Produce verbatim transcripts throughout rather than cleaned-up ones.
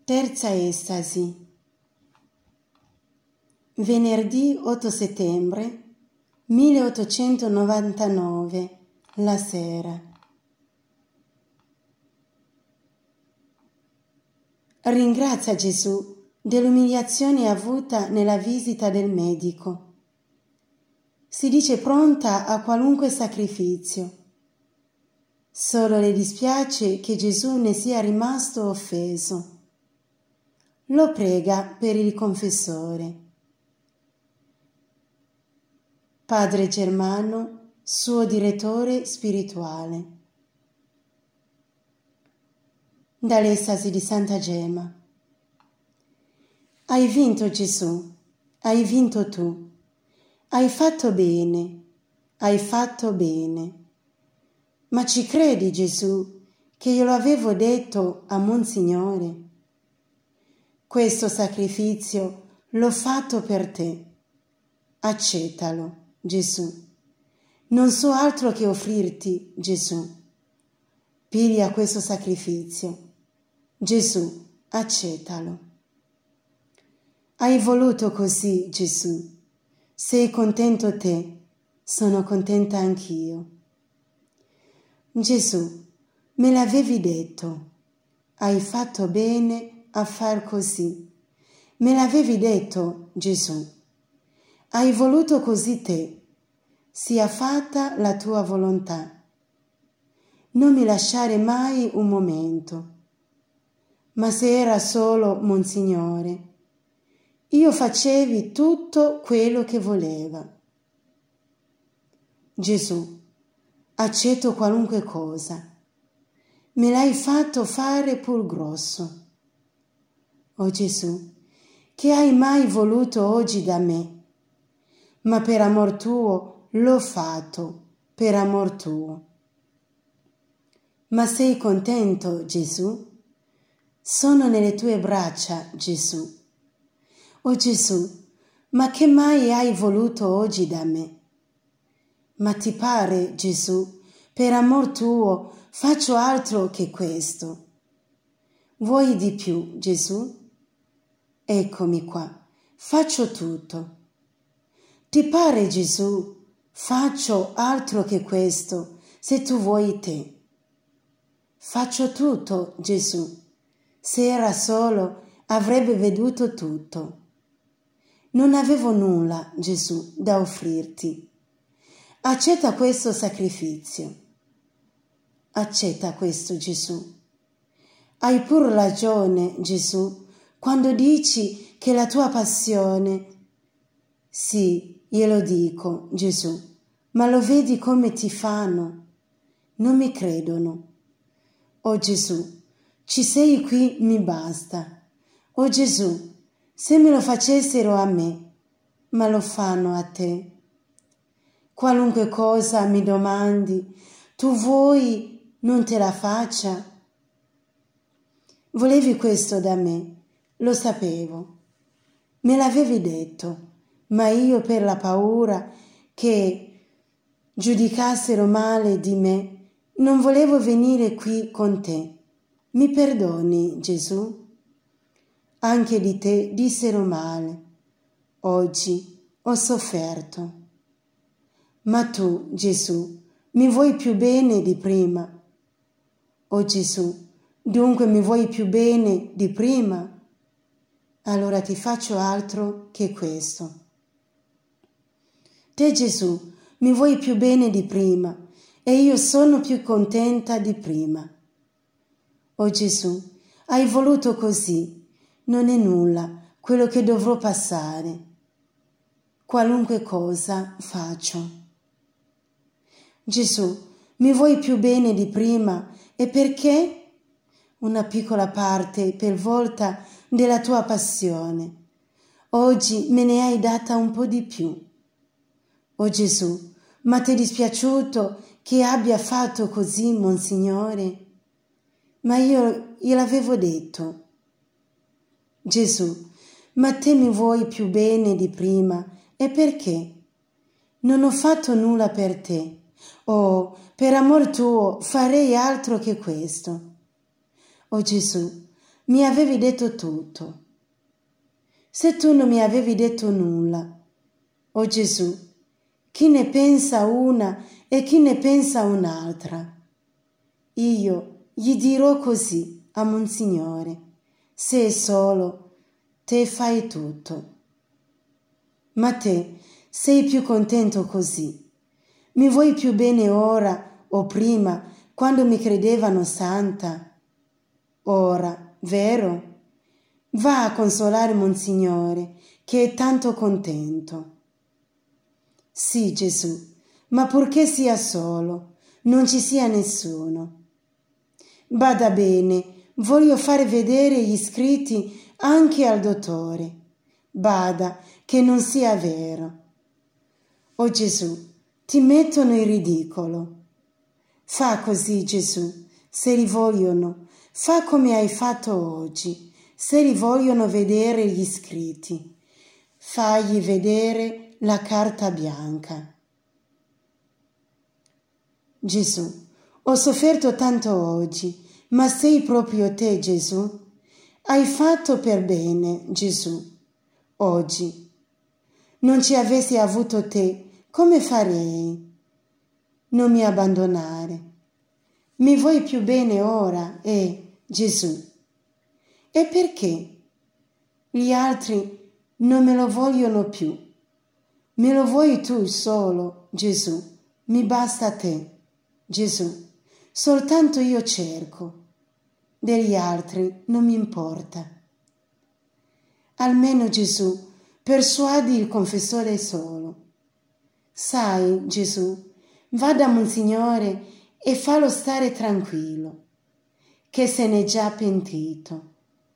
Terza estasi. Venerdì otto settembre milleottocentonovantanove, la sera. Ringrazia Gesù dell'umiliazione avuta nella visita del medico. Si dice pronta a qualunque sacrificio. Solo le dispiace che Gesù ne sia rimasto offeso. Lo prega per il confessore. Padre Germano, suo direttore spirituale. Dall'estasi di Santa Gemma. Hai vinto Gesù, hai vinto tu, hai fatto bene, hai fatto bene. Ma ci credi Gesù che io lo avevo detto a Monsignore? Questo sacrificio l'ho fatto per te. Accettalo, Gesù. Non so altro che offrirti, Gesù. Piglia questo sacrificio. Gesù, accettalo. Hai voluto così, Gesù. Sei contento te, sono contenta anch'io. Gesù, me l'avevi detto. Hai fatto bene a far così. Me l'avevi detto, Gesù. Hai voluto così te. Sia fatta la tua volontà. Non mi lasciare mai un momento. Ma se era solo Monsignore, io facevi tutto quello che voleva. Gesù, accetto qualunque cosa. Me l'hai fatto fare pur grosso. Oh Gesù, che hai mai voluto oggi da me? Ma per amor tuo l'ho fatto, per amor tuo. Ma sei contento, Gesù? Sono nelle tue braccia, Gesù. Oh Gesù, ma che mai hai voluto oggi da me? Ma ti pare, Gesù, per amor tuo faccio altro che questo? Vuoi di più, Gesù? Eccomi qua, faccio tutto. Ti pare, Gesù, faccio altro che questo, se tu vuoi te. Faccio tutto, Gesù. Se era solo, avrebbe veduto tutto. Non avevo nulla, Gesù, da offrirti. Accetta questo sacrificio. Accetta questo, Gesù. Hai pur ragione, Gesù, quando dici che la tua passione... Sì, glielo dico, Gesù, ma lo vedi come ti fanno? Non mi credono. Oh Gesù, ci sei qui, mi basta. Oh Gesù, se me lo facessero a me, ma lo fanno a te. Qualunque cosa mi domandi, tu vuoi non te la faccia? Volevi questo da me, lo sapevo. Me l'avevi detto, ma io per la paura che giudicassero male di me, non volevo venire qui con te. Mi perdoni, Gesù? Anche di te dissero male. Oggi ho sofferto. Ma tu, Gesù, mi vuoi più bene di prima. Oh Gesù, dunque mi vuoi più bene di prima? Allora ti faccio altro che questo. Te, Gesù, mi vuoi più bene di prima e io sono più contenta di prima. Oh Gesù, hai voluto così, non è nulla quello che dovrò passare. Qualunque cosa faccio. Gesù, mi vuoi più bene di prima e perché? Una piccola parte per volta della tua passione. Oggi me ne hai data un po' di più. Oh Gesù, ma ti è dispiaciuto che abbia fatto così, Monsignore? Ma io gliel'avevo detto. Gesù, ma te mi vuoi più bene di prima e perché? Non ho fatto nulla per te. Oh, per amor tuo farei altro che questo. Oh Gesù, mi avevi detto tutto. Se tu non mi avevi detto nulla, o Gesù, chi ne pensa una e chi ne pensa un'altra? Io gli dirò così a Monsignore, se è solo, te fai tutto. Ma te sei più contento così. Mi vuoi più bene ora o prima, quando mi credevano santa? Ora, vero? Va a consolare Monsignore, che è tanto contento. Sì, Gesù, ma purché sia solo, non ci sia nessuno. Bada bene, voglio fare vedere gli scritti anche al dottore. Bada, che non sia vero. O Gesù, ti mettono in ridicolo. Fa così, Gesù, se li vogliono. Fa come hai fatto oggi, se li vogliono vedere gli scritti. Fagli vedere la carta bianca. Gesù, ho sofferto tanto oggi, ma sei proprio te, Gesù? Hai fatto per bene, Gesù. Oggi. Non ci avessi avuto te, come farei? Non mi abbandonare. Mi vuoi più bene ora, eh, Gesù? E perché? Gli altri non me lo vogliono più. Me lo vuoi tu solo, Gesù. Mi basta te, Gesù. Soltanto io cerco. Degli altri non mi importa. Almeno, Gesù, persuadi il confessore solo. Sai, Gesù, va da Monsignore e fallo stare tranquillo, che se n'è già pentito.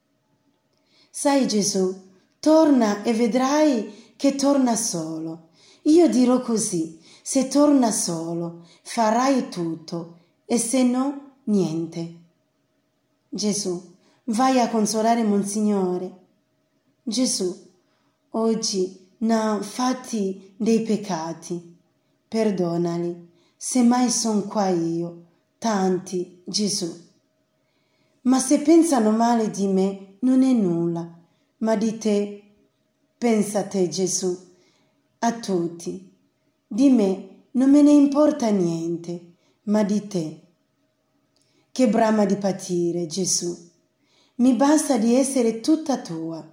Sai, Gesù, torna e vedrai che torna solo. Io dirò così, se torna solo, farai tutto, e se no, niente. Gesù, vai a consolare Monsignore. Gesù, oggi ne ha fatti dei peccati, perdonali, se mai son qua io, tanti, Gesù. Ma se pensano male di me, non è nulla, ma di te, pensa te, Gesù, a tutti. Di me non me ne importa niente, ma di te. Che brama di patire, Gesù. Mi basta di essere tutta tua.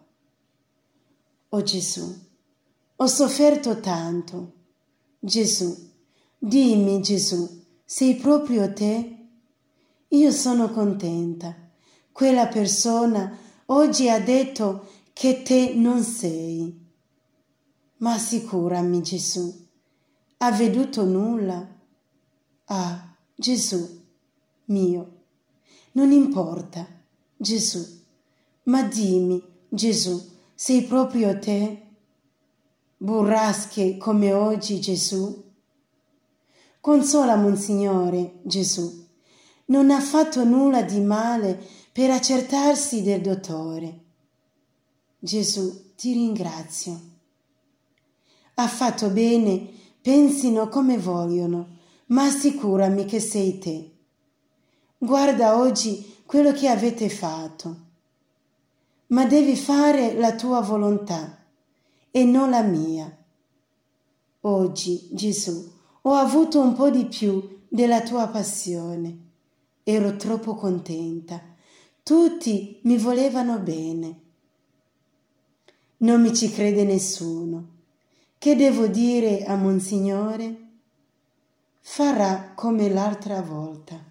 Oh Gesù, ho sofferto tanto. Gesù, dimmi, Gesù, sei proprio te? Io sono contenta. Quella persona oggi ha detto che te non sei. Ma assicurami, Gesù, ha veduto nulla? Ah, Gesù mio, non importa, Gesù, ma dimmi, Gesù, sei proprio te? Burrasche come oggi, Gesù? Consola Monsignore, Gesù, non ha fatto nulla di male per accertarsi del dottore. Gesù, ti ringrazio. Ha fatto bene, pensino come vogliono, ma assicurami che sei te. Guarda oggi quello che avete fatto, ma devi fare la tua volontà e non la mia. Oggi, Gesù, ho avuto un po' di più della tua passione. Ero troppo contenta. Tutti mi volevano bene. Non mi ci crede nessuno. Che devo dire a Monsignore? Farà come l'altra volta.